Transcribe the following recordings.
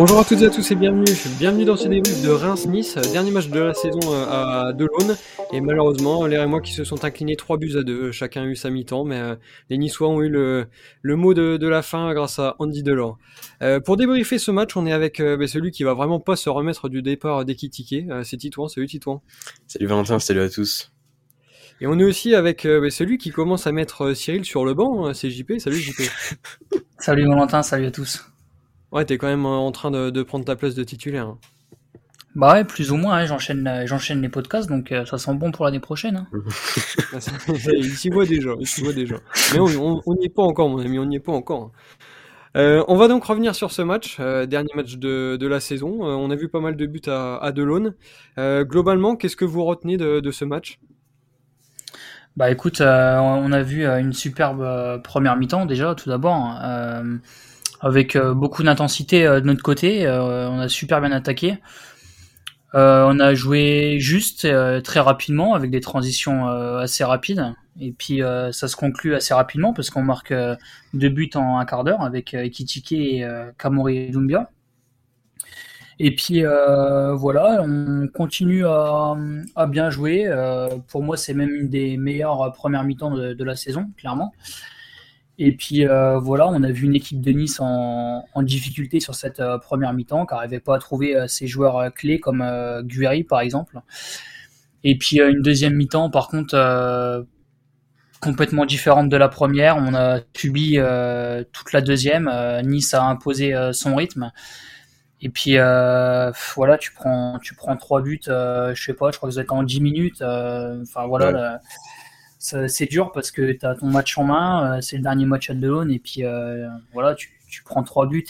Bonjour à toutes et à tous et bienvenue dans ce débrief de Reims-Nice, dernier match de la saison à Delaune, et malheureusement les Rémois qui se sont inclinés 3-2, chacun a eu sa mi-temps, mais les Niçois ont eu le mot de la fin grâce à Andy Delors. Pour débriefer ce match, on est avec celui qui va vraiment pas se remettre du départ d'Ekitike, c'est Titouan. Salut Titouan. Salut Valentin, salut à tous. Et on est aussi avec celui qui commence à mettre Cyril sur le banc, c'est JP. Salut JP. Salut Valentin, salut à tous. Ouais, t'es quand même en train de prendre ta place de titulaire. Hein. Bah ouais, plus ou moins, hein, j'enchaîne les podcasts, donc ça sent bon pour l'année prochaine. Hein. Il s'y voit déjà. Mais on n'y est pas encore, mon ami, on n'y est pas encore. On va donc revenir sur ce match, dernier match de la saison. On a vu pas mal de buts à Delaune. Globalement, qu'est-ce que vous retenez de ce match ? Bah écoute, on a vu une superbe première mi-temps déjà, tout d'abord, avec beaucoup d'intensité de notre côté. On a super bien attaqué. On a joué juste, très rapidement, avec des transitions assez rapides. Et puis ça se conclut assez rapidement parce qu'on marque 2 buts en un quart d'heure avec Ekitike et Kamori Doumbia. Et puis voilà, on continue à bien jouer. Pour moi, c'est même une des meilleures premières mi-temps de la saison, clairement. Et puis voilà, on a vu une équipe de Nice en difficulté sur cette première mi-temps, car elle n'arrivait pas à trouver ses joueurs clés comme Guéry par exemple. Et puis une deuxième mi-temps, par contre, complètement différente de la première. On a subi toute la deuxième. Nice a imposé son rythme. Et puis voilà, tu prends 3 buts, je sais pas, je crois que vous êtes en 10 minutes. Enfin voilà. Ouais. C'est dur parce que tu as ton match en main, c'est le dernier match à Delaune, et puis voilà, tu prends 3 buts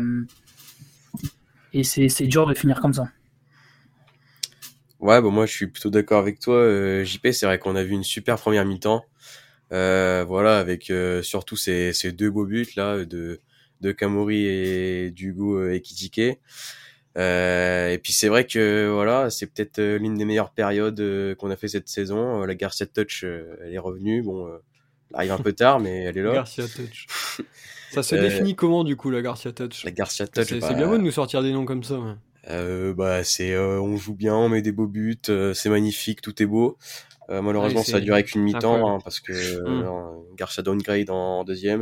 et c'est dur de finir comme ça. Ouais, moi je suis plutôt d'accord avec toi, JP. C'est vrai qu'on a vu une super première mi-temps, voilà, avec surtout ces 2 beaux buts là de Kamori et d'Hugo Ekitike. Et puis c'est vrai que voilà, c'est peut-être l'une des meilleures périodes qu'on a fait cette saison. La Garcia Touch, elle est revenue. Bon, elle arrive un peu tard, mais elle est là. Garcia Touch. Ça se définit comment du coup la Garcia Touch ? La Garcia Touch, c'est bien beau de nous sortir des noms comme ça. Ouais. C'est on joue bien, on met des beaux buts, c'est magnifique, tout est beau. Malheureusement, ça a duré qu'une mi-temps parce que Garcia downgrade en deuxième.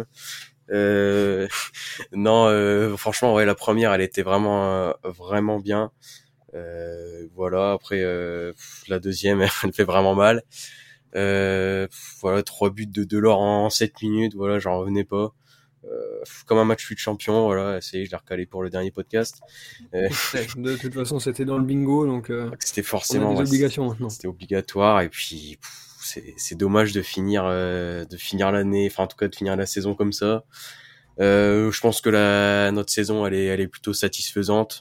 Non, franchement, ouais, la première, elle était vraiment bien. Voilà, après la deuxième, elle fait vraiment mal. Voilà, 3 buts de Delors en 7 minutes, voilà, j'en revenais pas. Comme un match de champion, voilà, je l'ai recalé pour le dernier podcast. De toute façon, c'était dans le bingo, donc c'était forcément on a des obligations maintenant. C'était obligatoire, et puis c'est dommage de finir l'année, enfin en tout cas de finir la saison comme ça. Je pense que notre saison elle est plutôt satisfaisante,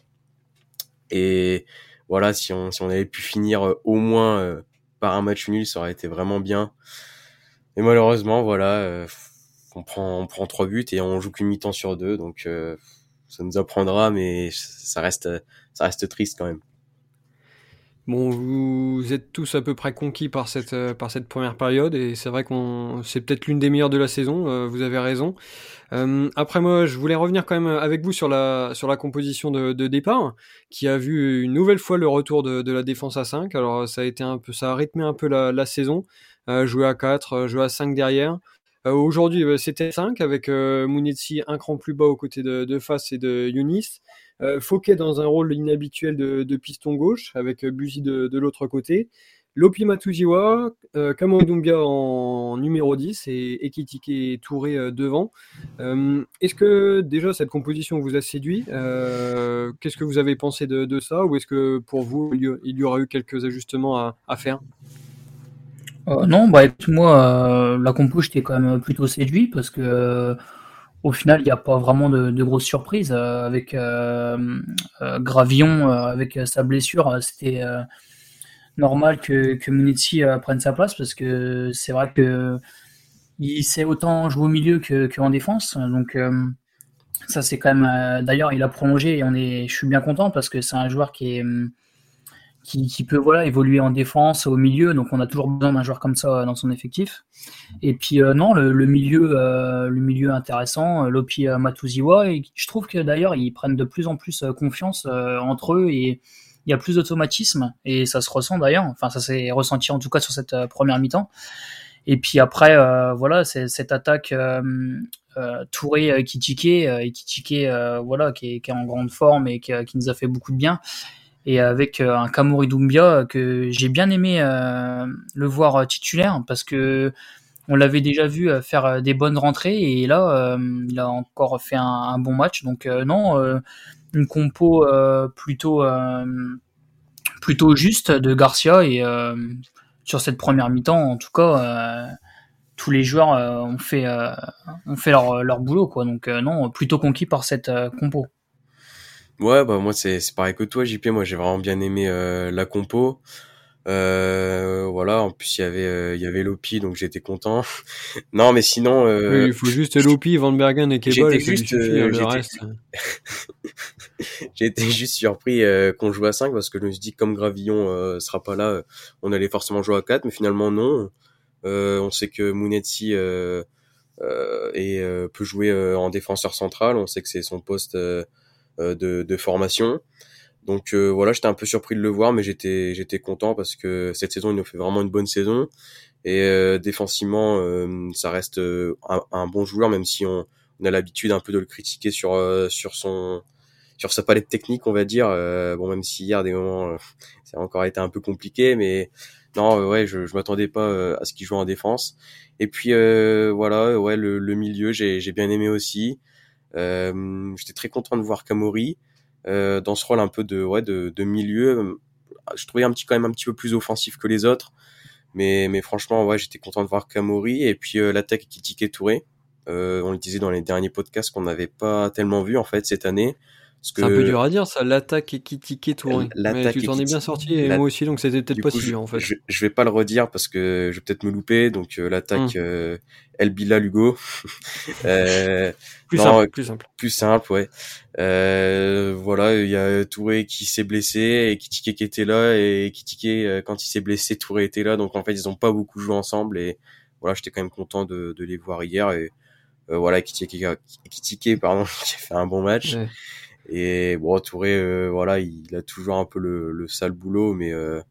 et voilà, si on avait pu finir au moins par un match nul, ça aurait été vraiment bien. Et malheureusement, voilà, on prend 3 buts et on joue qu'une mi-temps sur 2, donc ça nous apprendra, mais ça reste triste quand même. Bon, vous êtes tous à peu près conquis par cette première période, et c'est vrai c'est peut-être l'une des meilleures de la saison, vous avez raison. Après, moi, je voulais revenir quand même avec vous sur la composition de départ, qui a vu une nouvelle fois le retour de la défense à 5. Alors ça a rythmé un peu la saison, jouer à 4, jouer à 5 derrière. Aujourd'hui, c'était 5 avec Mounetzi un cran plus bas aux côtés de Fass et de Younis. Fouquet dans un rôle inhabituel de piston gauche avec Buzy de l'autre côté. Lopi Matuziwa, Kamori Doumbia en numéro 10 et Ekitike et Touré devant. Est-ce que déjà cette composition vous a séduit ? Qu'est-ce que vous avez pensé de ça ? Ou est-ce que pour vous, il y aura eu quelques ajustements à faire ? Non, bah écoute, moi, la compo, j'étais quand même plutôt séduit parce que au final, il n'y a pas vraiment de grosses surprises. Avec Gravillon, avec sa blessure, c'était normal que Mounetzi prenne sa place parce que c'est vrai que il sait autant jouer au milieu qu'en défense. Donc ça, c'est quand même. D'ailleurs, il a prolongé et je suis bien content parce que c'est un joueur qui qui peut voilà évoluer en défense, au milieu. Donc on a toujours besoin d'un joueur comme ça dans son effectif. Et puis non, le milieu intéressant, Lopi Matuziwa. Et je trouve que d'ailleurs ils prennent de plus en plus confiance entre eux et il y a plus d'automatisme et ça se ressent d'ailleurs. Enfin ça s'est ressenti en tout cas sur cette première mi-temps. Et puis après voilà cette attaque Touré Ekitike voilà qui est en grande forme et qui nous a fait beaucoup de bien. Et avec un Kamori Doumbia que j'ai bien aimé le voir titulaire parce que on l'avait déjà vu faire des bonnes rentrées et là il a encore fait un bon match. Donc non, une compo plutôt juste de Garcia et sur cette première mi-temps en tout cas tous les joueurs ont fait leur boulot quoi. Donc non, plutôt conquis par cette compo. Ouais, bah moi c'est pareil que toi, JP. Moi j'ai vraiment bien aimé la compo. Voilà, en plus il y avait Lopi, donc j'étais content. Non, mais sinon Oui, il faut juste Lopi, Van Bergen et Kebal et ça lui suffit, le reste. J'ai été juste surpris qu'on joue à 5 parce que je me suis dit que comme Gravillon sera pas là, on allait forcément jouer à 4, mais finalement non. On sait que Mounetsi peut jouer en défenseur central, on sait que c'est son poste de formation. Donc voilà, j'étais un peu surpris de le voir, mais j'étais content parce que cette saison il nous fait vraiment une bonne saison et défensivement ça reste un bon joueur, même si on a l'habitude un peu de le critiquer sur sa palette technique, on va dire. Bon, même si hier des moments ça a encore été un peu compliqué, mais non, ouais, je m'attendais pas à ce qu'il joue en défense. Et puis voilà, ouais, le milieu j'ai bien aimé aussi. J'étais très content de voir Kamori dans ce rôle un peu de milieu. Je trouvais quand même un petit peu plus offensif que les autres, mais franchement ouais, j'étais content de voir Kamori. Et puis l'attaque Ekitike Touré, on le disait dans les derniers podcasts qu'on n'avait pas tellement vu en fait cette année. C'est un peu dur à dire ça, l'attaque Ekitike Touré. Mais tu t'en es bien sorti et moi aussi, donc c'était peut-être pas si dur en fait. Je vais pas le redire parce que je vais peut-être me louper. Donc l'attaque El Bilal Hugo. Plus simple, ouais. Voilà, il y a Touré qui s'est blessé et Ekitike qui était là, et Ekitike quand il s'est blessé, Touré était là. Donc en fait ils ont pas beaucoup joué ensemble et voilà, j'étais quand même content de les voir hier. Et voilà, Ekitike pardon qui a fait un bon match. Ouais. Et bon, Touré, voilà, il a toujours un peu le sale boulot, mais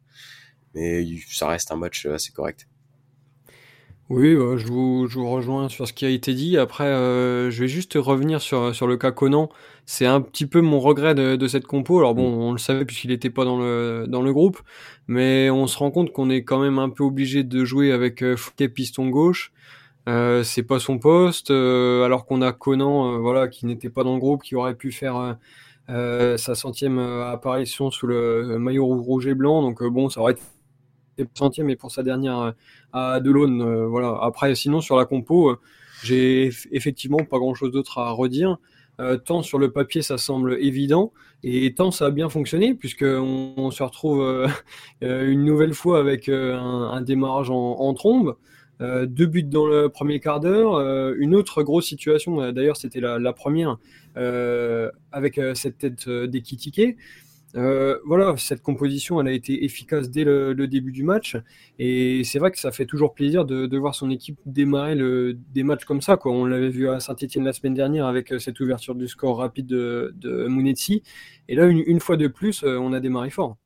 ça reste un match assez correct. Oui, je vous rejoins sur ce qui a été dit. Après, je vais juste revenir sur le cas Conan. C'est un petit peu mon regret de cette compo. Alors bon, on le savait puisqu'il était pas dans le groupe, mais on se rend compte qu'on est quand même un peu obligé de jouer avec Fouquet piston gauche. C'est pas son poste, alors qu'on a Conan, voilà, qui n'était pas dans le groupe, qui aurait pu faire sa 100e apparition sous le maillot rouge et blanc. Donc bon, ça aurait été 100e, mais pour sa dernière à Delaune, voilà. Après, sinon sur la compo, j'ai effectivement pas grand-chose d'autre à redire. Tant sur le papier ça semble évident, et tant ça a bien fonctionné puisque on se retrouve une nouvelle fois avec un démarrage en trombe. 2 buts dans le premier quart d'heure, une autre grosse situation, d'ailleurs c'était la première, avec cette tête d'Ekitike. Voilà, cette composition elle a été efficace dès le début du match, et c'est vrai que ça fait toujours plaisir de voir son équipe démarrer des matchs comme ça, quoi. On l'avait vu à Saint-Etienne la semaine dernière avec cette ouverture du score rapide de Mounetsi, et là une fois de plus on a démarré fort.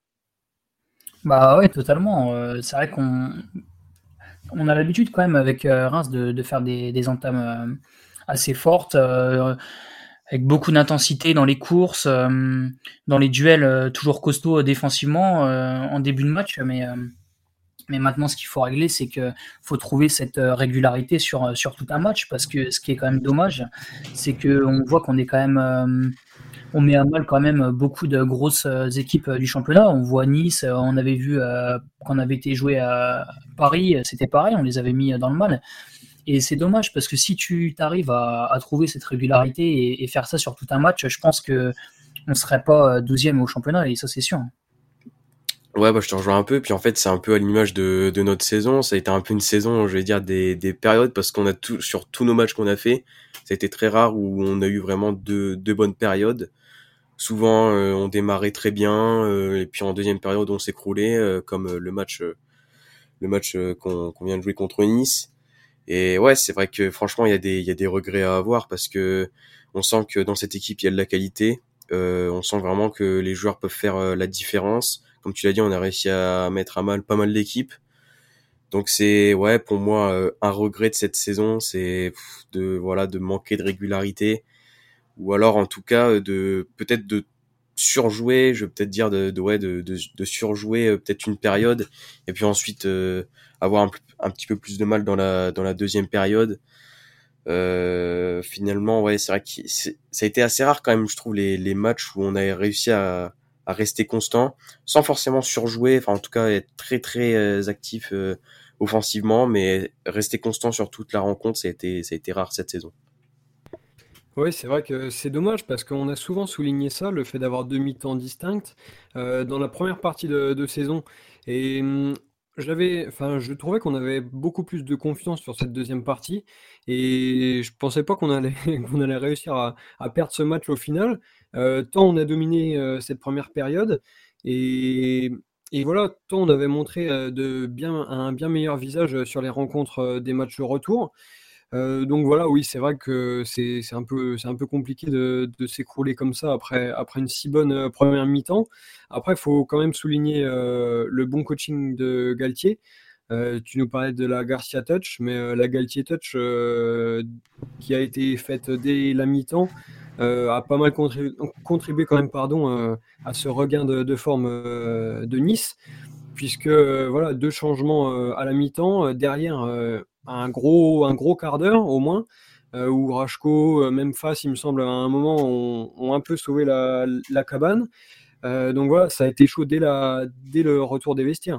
Bah ouais, totalement. C'est vrai on a l'habitude quand même avec Reims de faire des entames assez fortes, avec beaucoup d'intensité dans les courses, dans les duels toujours costauds défensivement en début de match. Mais maintenant, ce qu'il faut régler, c'est que faut trouver cette régularité sur tout un match, parce que ce qui est quand même dommage, c'est que on voit qu'on est quand même on met à mal quand même beaucoup de grosses équipes du championnat. On voit Nice, on avait vu quand on avait été joué à Paris, c'était pareil, on les avait mis dans le mal. Et c'est dommage parce que si tu t'arrives à trouver cette régularité et faire ça sur tout un match, je pense que on serait pas 12e au championnat, et ça c'est sûr. Ouais, bah je te rejoins un peu. Puis en fait, c'est un peu à l'image de notre saison. Ça a été un peu une saison, je vais dire, des périodes, parce qu'on a sur tous nos matchs qu'on a fait, ça a été très rare où on a eu vraiment deux bonnes périodes. Souvent, on démarrait très bien, et puis en deuxième période, on s'écroulait, comme le match qu'on vient de jouer contre Nice. Et ouais, c'est vrai que franchement, il y a des regrets à avoir parce que on sent que dans cette équipe, il y a de la qualité. On sent vraiment que les joueurs peuvent faire la différence. Comme tu l'as dit, on a réussi à mettre à mal pas mal d'équipes. Donc c'est ouais pour moi un regret de cette saison, c'est de manquer de régularité ou alors en tout cas de peut-être de surjouer, je veux peut-être dire de surjouer peut-être une période et puis ensuite avoir un petit peu plus de mal dans la deuxième période. Finalement ouais, c'est vrai que ça a été assez rare quand même, je trouve, les matchs où on a réussi à rester constant sans forcément surjouer, enfin en tout cas être très très actif offensivement, mais rester constant sur toute la rencontre, ça a été rare cette saison. Oui, c'est vrai que c'est dommage parce qu'on a souvent souligné ça, le fait d'avoir deux mi-temps distinctes dans la première partie de saison. Et je trouvais qu'on avait beaucoup plus de confiance sur cette deuxième partie et je pensais pas qu'on allait, qu'on allait réussir à perdre ce match au final. Tant on a dominé cette première période et, et voilà, tant on avait montré un bien meilleur visage sur les rencontres des matchs de retour. Donc voilà, oui, c'est vrai que c'est un peu compliqué de s'écrouler comme ça après une si bonne première mi-temps. Après, il faut quand même souligner le bon coaching de Galtier. Tu nous parlais de la Garcia Touch, mais la Galtier Touch qui a été faite dès la mi-temps a pas mal contribué quand même, pardon, à ce regain de forme de Nice puisque voilà, deux changements à la mi-temps, derrière un gros quart d'heure au moins, où Rachko, même Fass, il me semble, à un moment, ont un peu sauvé la cabane. Donc voilà, ça a été chaud dès le retour des vestiaires.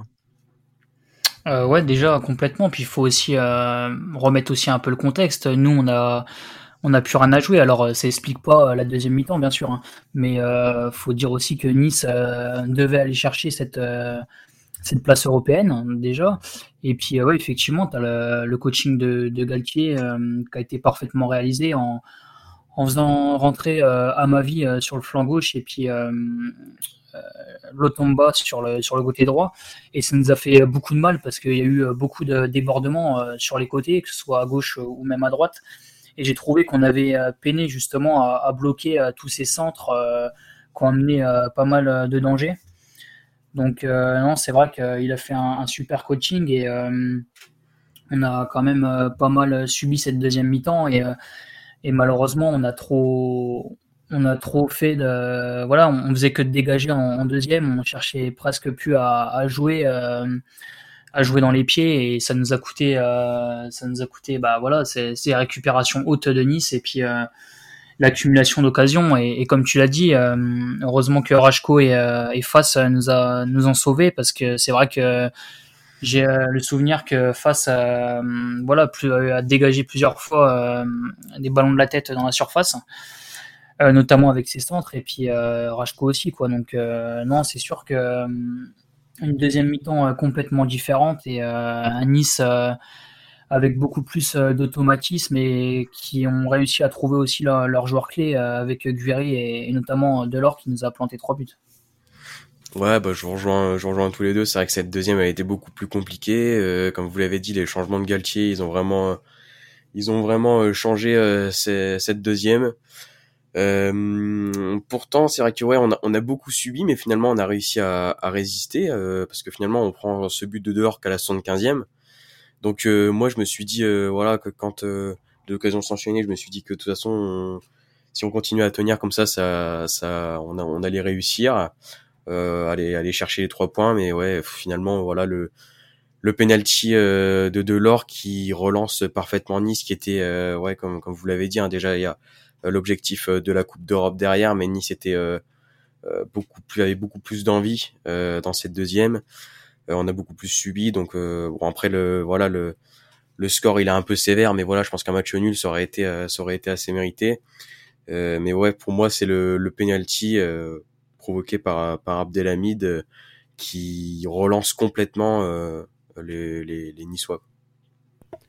Ouais, déjà complètement. Puis il faut aussi remettre aussi un peu le contexte. Nous, on a plus rien à jouer. Alors ça explique pas la deuxième mi-temps, bien sûr, hein. Mais faut dire aussi que Nice devait aller chercher cette place européenne, hein, déjà. Et puis ouais, effectivement, tu as le coaching de Galtier qui a été parfaitement réalisé en faisant rentrer Amavi sur le flanc gauche et puis Lotomba sur le côté droit. Et ça nous a fait beaucoup de mal parce qu'il y a eu beaucoup de débordements sur les côtés, que ce soit à gauche ou même à droite. Et j'ai trouvé qu'on avait peiné justement à bloquer tous ces centres qui ont amené pas mal de dangers. Donc non, c'est vrai qu'il a fait un super coaching et on a quand même pas mal subi cette deuxième mi-temps et malheureusement on a trop fait de voilà, on faisait que de dégager en deuxième, on cherchait presque plus à jouer dans les pieds et ça nous a coûté bah voilà, c'est la récupération haute de Nice et puis l'accumulation d'occasions et comme tu l'as dit, heureusement que Rachko et Fass nous ont sauvés parce que c'est vrai que j'ai le souvenir que Fass voilà a dégagé plusieurs fois des ballons de la tête dans la surface, notamment avec ses centres et puis Rachko aussi quoi. Donc non, c'est sûr que une deuxième mi-temps complètement différente et à Nice avec beaucoup plus d'automatisme et qui ont réussi à trouver aussi leurs joueurs clés avec Guiri et notamment Delors qui nous a planté 3 buts. Ouais, bah je rejoins tous les deux. C'est vrai que cette deuxième a été beaucoup plus compliquée. Comme vous l'avez dit, les changements de Galtier, ils ont vraiment changé cette deuxième. Pourtant, c'est vrai que ouais, on a beaucoup subi, mais finalement, on a réussi à résister parce que finalement, on prend ce but de dehors qu'à la 75e. Donc moi, je me suis dit voilà que quand l'occasion s'enchaînait, je me suis dit que de toute façon, si on continue à tenir comme on allait réussir, aller chercher les 3 points. Mais ouais, finalement, voilà le penalty de Delors qui relance parfaitement Nice, qui était ouais comme vous l'avez dit, hein, déjà il y a l'objectif de la Coupe d'Europe derrière, mais Nice était avait beaucoup plus d'envie dans cette deuxième. On a beaucoup plus subi, donc bon, après le score il est un peu sévère, mais voilà, je pense qu'un match nul ça aurait été assez mérité. Mais ouais, pour moi c'est le penalty provoqué par Abdelhamid qui relance complètement les Niçois.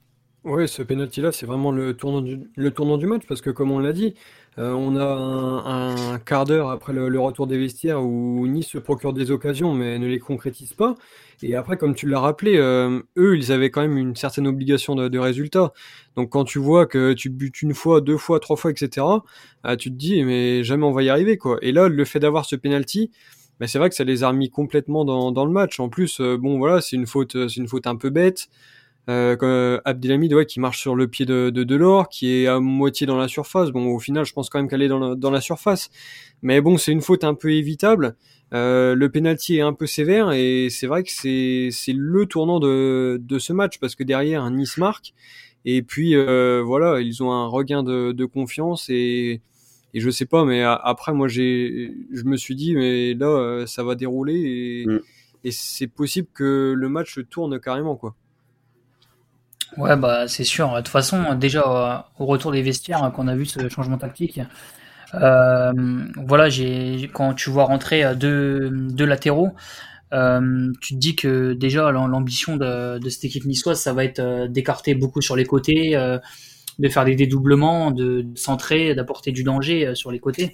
Ouais, ce penalty-là, c'est vraiment le tournant du match parce que, comme on l'a dit, on a un quart d'heure après le retour des vestiaires où Nice se procure des occasions mais ne les concrétise pas. Et après, comme tu l'as rappelé, eux, ils avaient quand même une certaine obligation de résultat. Donc, quand tu vois que tu butes une fois, deux fois, trois fois, etc., tu te dis, mais jamais on va y arriver, quoi. Et là, le fait d'avoir ce penalty, bah, c'est vrai que ça les a remis complètement dans le match. En plus, bon, voilà, c'est une faute un peu bête. Abdelhamid, ouais, qui marche sur le pied de Delors, qui est à moitié dans la surface. Bon, au final, je pense quand même qu'elle est dans la surface. Mais bon, c'est une faute un peu évitable. Le penalty est un peu sévère et c'est vrai que c'est le tournant de ce match parce que derrière, un Nice marque. Et puis, voilà, ils ont un regain de confiance et je sais pas, mais après, moi, je me suis dit, mais là, ça va dérouler Mm. et c'est possible que le match tourne carrément, quoi. Ouais, bah c'est sûr. De toute façon, déjà au retour des vestiaires, qu'on a vu ce changement tactique, euh, voilà, quand tu vois rentrer deux latéraux, tu te dis que déjà l'ambition de cette équipe niçoise, ça va être d'écarter beaucoup sur les côtés, de faire des dédoublements, de centrer, d'apporter du danger sur les côtés.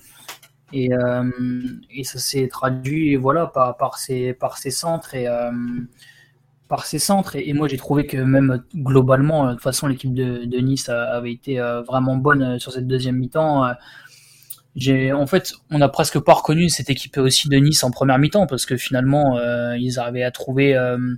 Et ça s'est traduit, voilà, par ces centres et moi j'ai trouvé que même globalement, de toute façon l'équipe de Nice avait été vraiment bonne sur cette deuxième mi-temps. En fait, on n'a presque pas reconnu cette équipe aussi de Nice en première mi-temps parce que finalement ils arrivaient à trouver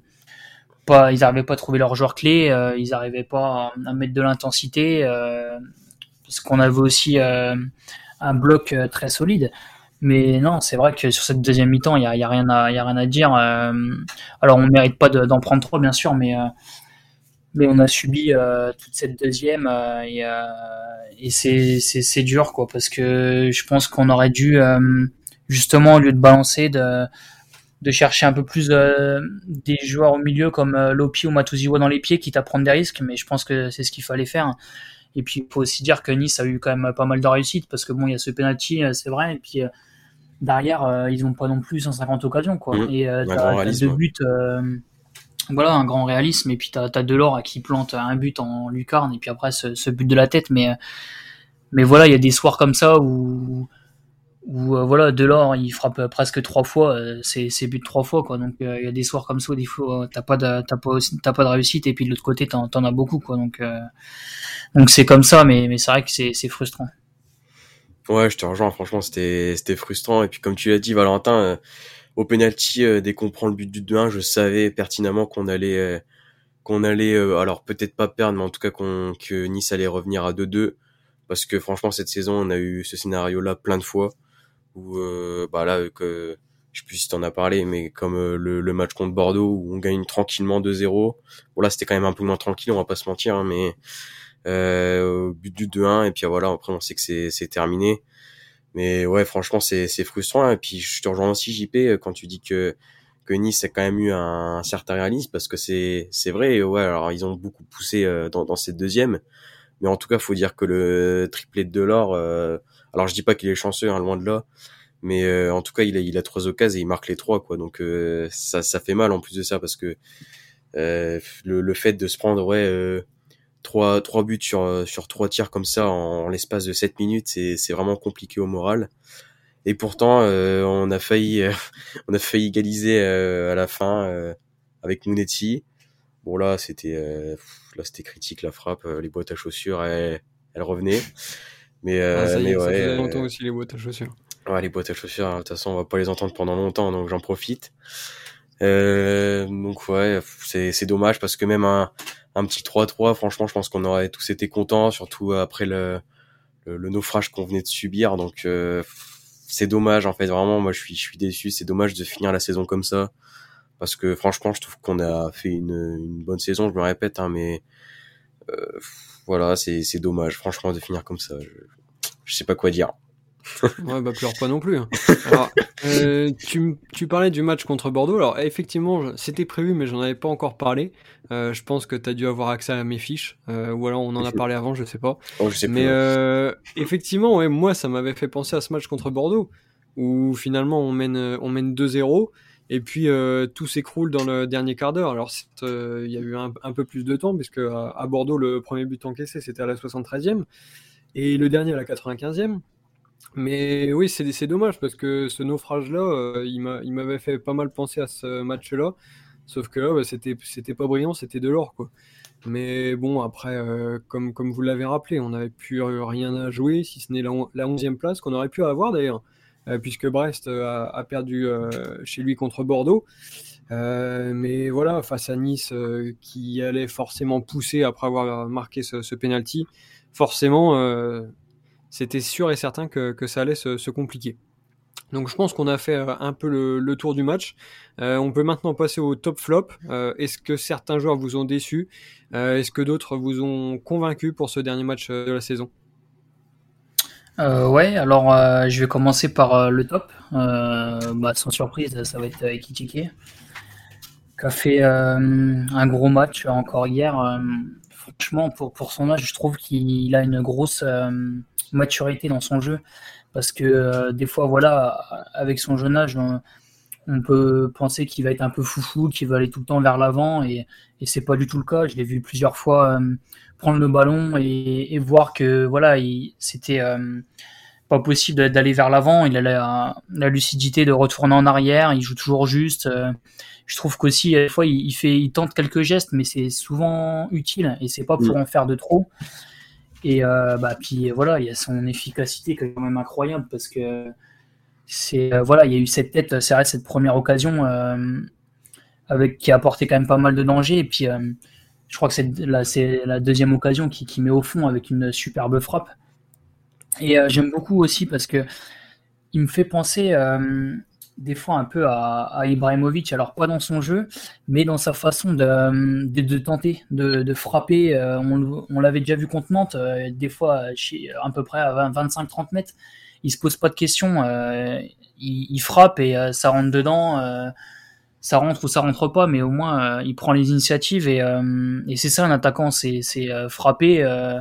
ils n'arrivaient pas à trouver leurs joueurs clés, ils n'arrivaient pas à mettre de l'intensité parce qu'on avait aussi un bloc très solide. Mais non, c'est vrai que sur cette deuxième mi-temps, y a rien à dire. Alors, on ne mérite pas d'en prendre trop, bien sûr, mais on a subi toute cette deuxième et c'est dur, quoi, parce que je pense qu'on aurait dû, justement, au lieu de balancer, de chercher un peu plus des joueurs au milieu comme Lopi ou Matuziwa dans les pieds, quitte à prendre des risques, mais je pense que c'est ce qu'il fallait faire. Et puis, il faut aussi dire que Nice a eu quand même pas mal de réussite, parce que bon, il y a ce penalty, c'est vrai, et puis derrière, ils n'ont pas non plus 150 occasions, quoi. Mm. Et Un grand t'as réalisme. deux buts, voilà, un grand réalisme, et puis t'as Delors qui plante un but en lucarne, et puis après ce but de la tête, mais voilà, il y a des soirs comme ça où voilà, Delors il frappe presque trois fois, c'est but trois fois, quoi. Donc il y a des soirs comme ça où des fois t'as pas de réussite, et puis de l'autre côté t'en as beaucoup, quoi. Donc c'est comme ça, mais c'est vrai que c'est frustrant. Ouais, je te rejoins. Franchement, c'était frustrant. Et puis, comme tu l'as dit, Valentin, au penalty, dès qu'on prend le but du 2-1, je savais pertinemment qu'on allait, alors peut-être pas perdre, mais en tout cas que Nice allait revenir à 2-2. Parce que franchement, cette saison, on a eu ce scénario-là plein de fois. Où, bah là, je sais plus si t'en as parlé, mais comme le match contre Bordeaux, où on gagne tranquillement 2-0. Bon, là, c'était quand même un peu moins tranquille, on va pas se mentir, hein, mais au but du 2-1, et puis voilà, après, on sait que c'est terminé. Mais ouais, franchement, c'est frustrant. Et puis, je te rejoins aussi, JP, quand tu dis que Nice a quand même eu un certain réalisme, parce que c'est vrai. Ouais, alors ils ont beaucoup poussé dans cette deuxième, mais en tout cas, faut dire que le triplé de Delors, alors je dis pas qu'il est chanceux, hein, loin de là, mais en tout cas, il a trois occasions et il marque les trois, quoi. Donc ça fait mal en plus de ça, parce que le fait de se prendre trois buts sur trois tirs comme ça en l'espace de 7 minutes, c'est vraiment compliqué au moral. Et pourtant, on a failli on a failli égaliser à la fin avec Mounetti. Bon, là c'était critique, la frappe, les boîtes à chaussures, elles revenaient. Mais Ah, ça y mais est, ça ouais, faisait longtemps aussi les boîtes à chaussures. ouais, les boîtes à chaussures, de toute façon, on va pas les entendre pendant longtemps, donc j'en profite. Donc ouais, c'est dommage, parce que même un petit 3-3, franchement, je pense qu'on aurait tous été contents, surtout après le naufrage qu'on venait de subir. Donc c'est dommage, en fait, vraiment. Moi, je suis déçu. C'est dommage de finir la saison comme ça, parce que franchement, je trouve qu'on a fait une bonne saison. Je me répète, hein, mais euh, voilà, c'est dommage, franchement, de finir comme ça. Je sais pas quoi dire. Ouais, bah pleure pas non plus, hein. Alors, tu parlais du match contre Bordeaux. Alors, effectivement, c'était prévu, mais j'en avais pas encore parlé. Je pense que tu as dû avoir accès à mes fiches, ou alors on en a parlé avant, je sais pas. Oh, je sais plus. Mais Ouais. effectivement, ouais, moi, ça m'avait fait penser à ce match contre Bordeaux, où finalement on mène 2-0. Et puis tout s'écroule dans le dernier quart d'heure. Alors il y a eu un peu plus de temps, puisque à Bordeaux, le premier but encaissé, c'était à la 73e, et le dernier à la 95e. Mais oui, c'est dommage, parce que ce naufrage-là, il m'avait fait pas mal penser à ce match-là. Sauf que là, bah, c'était pas brillant, c'était de l'or, quoi. Mais bon, après, comme vous l'avez rappelé, on n'avait plus rien à jouer, si ce n'est la 11e place, qu'on aurait pu avoir d'ailleurs, puisque Brest a perdu chez lui contre Bordeaux. Mais voilà, face à Nice, qui allait forcément pousser après avoir marqué ce penalty, forcément, c'était sûr et certain que ça allait se compliquer. Donc je pense qu'on a fait un peu le tour du match. On peut maintenant passer au top flop. Est-ce que certains joueurs vous ont déçu? Est-ce que d'autres vous ont convaincu pour ce dernier match de la saison? Ouais, alors je vais commencer par le top. Sans surprise, ça va être Ekitike, qui a fait un gros match encore hier. Franchement, pour son âge, je trouve qu'il a une grosse maturité dans son jeu. Parce que des fois, voilà, avec son jeune âge, on peut penser qu'il va être un peu foufou, qu'il va aller tout le temps vers l'avant, et c'est pas du tout le cas. Je l'ai vu plusieurs fois prendre le ballon et voir que voilà, c'était pas possible d'aller vers l'avant. Il a la lucidité de retourner en arrière. Il joue toujours juste. Je trouve qu'aussi des fois il tente quelques gestes, mais c'est souvent utile et c'est pas pour en faire de trop. Et puis voilà, il y a son efficacité qui est quand même incroyable, parce que voilà, il y a eu cette tête, c'est vrai, cette première occasion qui a apporté quand même pas mal de danger. Et puis je crois que c'est la deuxième occasion qui met au fond avec une superbe frappe. Et j'aime beaucoup aussi parce que il me fait penser des fois un peu à Ibrahimovic, alors pas dans son jeu, mais dans sa façon de tenter, de frapper. On l'avait déjà vu contre Nantes, des fois à peu près à 25-30 mètres. Il se pose pas de questions, il frappe et ça rentre dedans. Ça rentre ou ça rentre pas, mais au moins il prend les initiatives, et c'est ça un attaquant, c'est frapper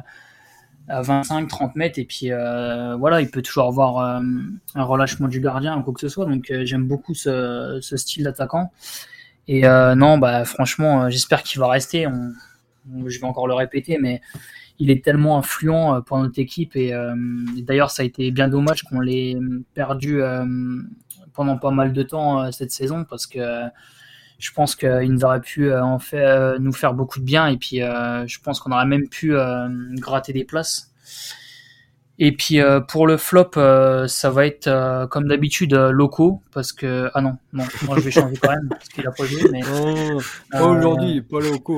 à 25-30 mètres, et puis voilà, il peut toujours avoir un relâchement du gardien ou quoi que ce soit. Donc j'aime beaucoup ce style d'attaquant. Et non, franchement, j'espère qu'il va rester. Je vais encore le répéter, mais il est tellement influent pour notre équipe, et d'ailleurs ça a été bien dommage qu'on l'ait perdu pendant pas mal de temps cette saison, parce que je pense qu'il nous aurait pu nous faire beaucoup de bien, et puis je pense qu'on aurait même pu gratter des places. Et puis pour le flop, ça va être comme d'habitude locaux, parce que non, moi je vais changer quand même parce qu'il a pas joué, mais pas aujourd'hui, pas locaux.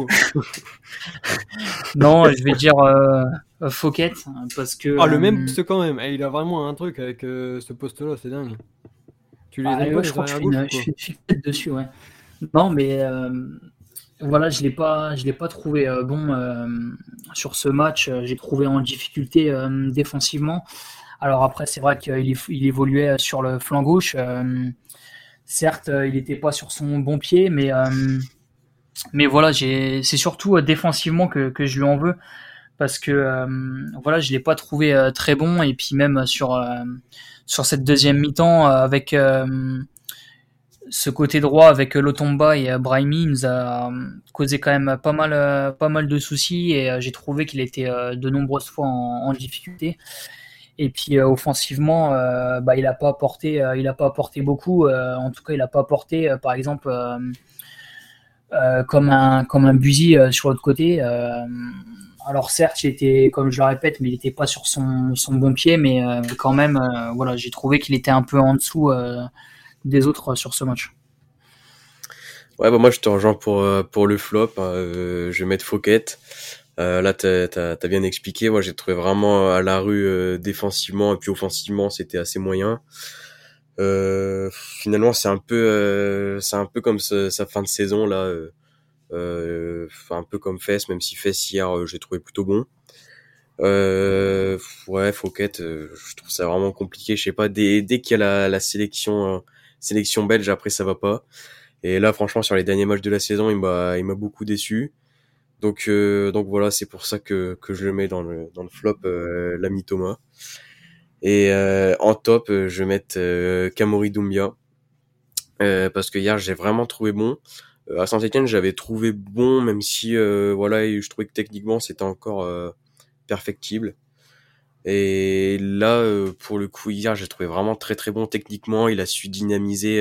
Non, je vais dire Fouquet, parce que le même poste quand même. Il a vraiment un truc avec ce poste-là, c'est dingue. Tu les aimes pas, je les crois que je arrière-gauche, fais une fixette dessus, ouais. Non, mais voilà, je l'ai pas trouvé bon sur ce match. J'ai trouvé en difficulté défensivement. Alors après, c'est vrai qu'il évoluait sur le flanc gauche. Certes, il n'était pas sur son bon pied, mais voilà, c'est surtout défensivement que je lui en veux, parce que voilà, je l'ai pas trouvé très bon. Et puis même sur cette deuxième mi-temps, avec ce côté droit avec Lotomba et Brahimi, il nous a causé quand même pas mal de soucis, et j'ai trouvé qu'il était de nombreuses fois en difficulté. Et puis offensivement, il a pas apporté beaucoup. En tout cas, il a pas apporté, par exemple, comme un Buzy sur l'autre côté. Alors certes, il était, comme je le répète, mais il n'était pas sur son bon pied, mais quand même, voilà, j'ai trouvé qu'il était un peu en dessous des autres sur ce match. Ouais, moi je te rejoins pour le flop. Je vais mettre Fouquet. Là, t'as bien expliqué. Moi, j'ai trouvé vraiment à la rue défensivement, et puis offensivement, c'était assez moyen. Finalement, c'est un peu comme sa fin de saison là. Un peu comme Fess, même si Fess hier, j'ai trouvé plutôt bon. Ouais, Fouquet, je trouve ça vraiment compliqué. Je sais pas, dès qu'il y a la sélection belge, après ça va pas. Et là, franchement, sur les derniers matchs de la saison, il m'a beaucoup déçu. Donc voilà, c'est pour ça que je le mets dans le flop, l'ami Thomas. Et en top, je vais mettre Kamori Doumbia. parce que hier j'ai vraiment trouvé bon. À Saint-Étienne, j'avais trouvé bon, même si voilà, et je trouvais que techniquement c'était encore perfectible. Et là, pour le coup, hier, j'ai trouvé vraiment très très bon techniquement. Il a su dynamiser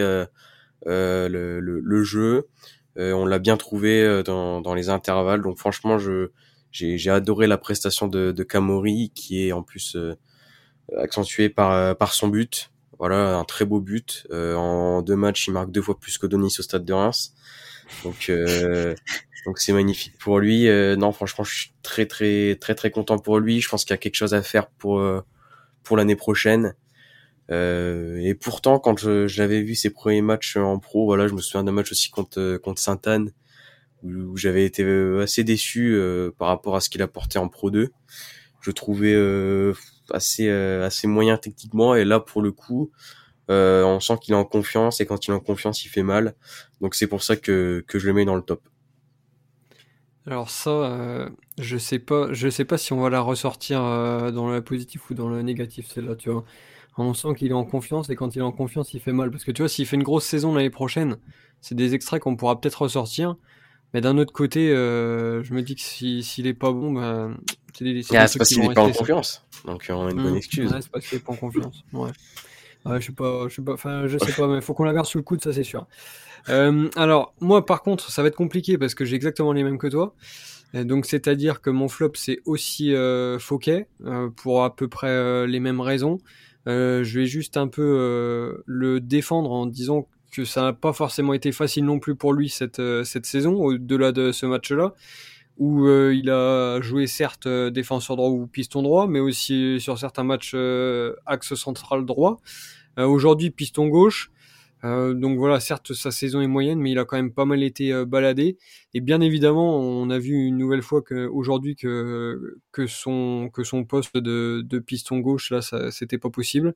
le jeu. On l'a bien trouvé dans les intervalles. Donc franchement, j'ai adoré la prestation de Kamori, qui est en plus accentuée par son but. Voilà, un très beau but. En 2 matchs, il marque 2 fois plus que Denis au Stade de Reims. Donc donc c'est magnifique pour lui. Non, franchement, je suis très très très très content pour lui. Je pense qu'il y a quelque chose à faire pour l'année prochaine. Et pourtant, quand je l'avais vu ses premiers matchs en pro, voilà, je me souviens d'un match aussi contre Sainte-Anne où j'avais été assez déçu par rapport à ce qu'il apportait en Pro 2. Je trouvais assez moyen techniquement, et là pour le coup, on sent qu'il est en confiance, et quand il est en confiance, il fait mal. Donc c'est pour ça que je le mets dans le top. Alors ça, je sais pas si on va la ressortir dans le positif ou dans le négatif, celle-là, tu vois. On sent qu'il est en confiance, et quand il est en confiance, il fait mal. Parce que tu vois, s'il fait une grosse saison l'année prochaine, c'est des extraits qu'on pourra peut-être ressortir. Mais d'un autre côté, je me dis que s'il est pas bon, bah, c'est des C'est trucs parce qui qu'il vont est pas en rester, ça. confiance. Donc on a une bonne excuse. Ouais, c'est parce qu'il est pas en confiance. Ouais. Ouais, enfin, je sais pas, mais faut qu'on la garde sous le coude, ça c'est sûr. Alors, moi, par contre, ça va être compliqué parce que j'ai exactement les mêmes que toi. Donc, c'est-à-dire que mon flop, c'est aussi Fouquet, pour à peu près les mêmes raisons. Je vais juste un peu le défendre en disant que ça n'a pas forcément été facile non plus pour lui cette saison, au-delà de ce match-là, où il a joué certes défenseur droit ou piston droit, mais aussi sur certains matchs axe central droit. Aujourd'hui, piston gauche. Donc voilà, certes sa saison est moyenne, mais il a quand même pas mal été baladé. Et bien évidemment, on a vu une nouvelle fois aujourd'hui que son poste de piston gauche là, ça c'était pas possible.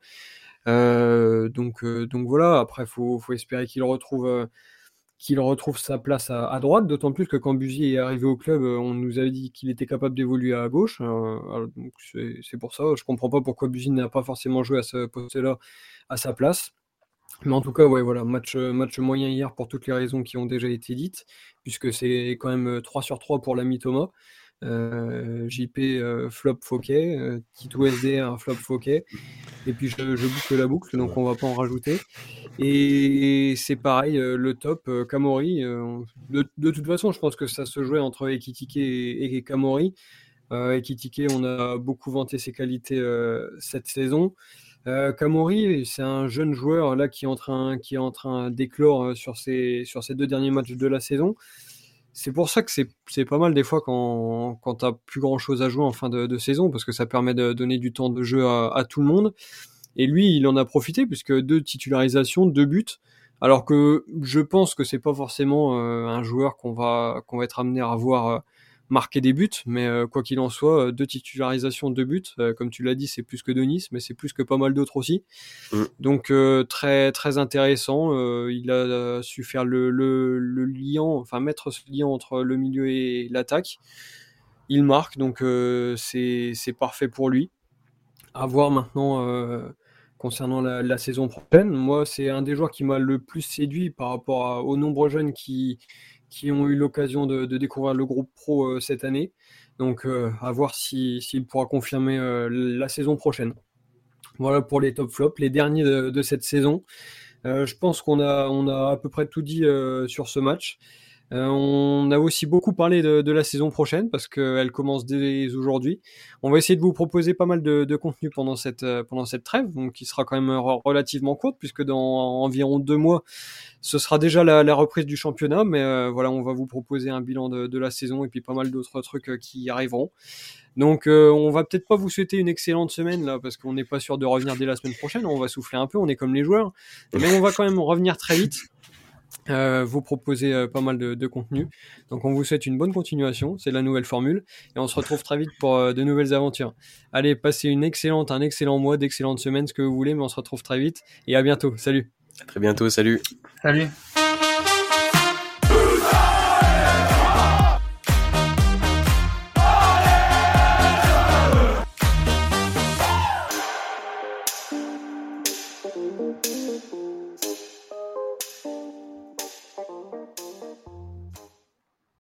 Donc voilà. Après, faut espérer qu'il retrouve sa place à droite. D'autant plus que quand Buzy est arrivé au club, on nous avait dit qu'il était capable d'évoluer à gauche. Alors, donc c'est pour ça. Je comprends pas pourquoi Buzy n'a pas forcément joué à ce poste-là à sa place. Mais en tout cas, ouais, voilà, match moyen hier pour toutes les raisons qui ont déjà été dites, puisque c'est quand même 3 sur 3 pour l'ami Thomas. JP flop Fouquet, Titou SDR flop Fouquet, et puis je boucle la boucle, donc on va pas en rajouter. Et c'est pareil, le top, Kamori. De toute façon, je pense que ça se jouait entre Ekitike et Kamori. Ekitike, on a beaucoup vanté ses qualités cette saison. Kamori, c'est un jeune joueur là qui est en train d'éclore sur ces 2 derniers matchs de la saison. C'est pour ça que c'est pas mal des fois quand t'as plus grand chose à jouer en fin de saison, parce que ça permet de donner du temps de jeu à tout le monde. Et lui, il en a profité puisque 2 titularisations, 2 buts. Alors que je pense que c'est pas forcément un joueur qu'on va être amené à voir marquer des buts, mais quoi qu'il en soit, 2 titularisations, 2 buts, comme tu l'as dit, c'est plus que Denis, mais c'est plus que pas mal d'autres aussi. Mm. Donc très très intéressant. Il a su faire le liant, enfin mettre ce lien entre le milieu et l'attaque. Il marque, donc c'est parfait pour lui. À voir maintenant concernant la saison prochaine. Moi, c'est un des joueurs qui m'a le plus séduit par rapport aux nombreux jeunes qui ont eu l'occasion de découvrir le groupe pro cette année. Donc, à voir s'il pourra confirmer la saison prochaine. Voilà pour les top flops, les derniers de cette saison. Je pense qu'on a à peu près tout dit sur ce match. On a aussi beaucoup parlé de la saison prochaine parce qu'elle commence dès aujourd'hui. On va essayer de vous proposer pas mal de contenu pendant cette trêve, donc qui sera quand même relativement courte puisque dans environ 2 mois, ce sera déjà la reprise du championnat. Mais voilà, on va vous proposer un bilan de la saison et puis pas mal d'autres trucs qui y arriveront. Donc on va peut-être pas vous souhaiter une excellente semaine là parce qu'on n'est pas sûr de revenir dès la semaine prochaine. On va souffler un peu, on est comme les joueurs, mais on va quand même revenir très vite. Vous proposer pas mal de contenu. Donc on vous souhaite une bonne continuation, c'est la nouvelle formule, et on se retrouve très vite pour de nouvelles aventures. Allez, passez un excellent mois, d'excellentes semaines, ce que vous voulez, mais on se retrouve très vite, et à bientôt, salut. À très bientôt, salut. Salut.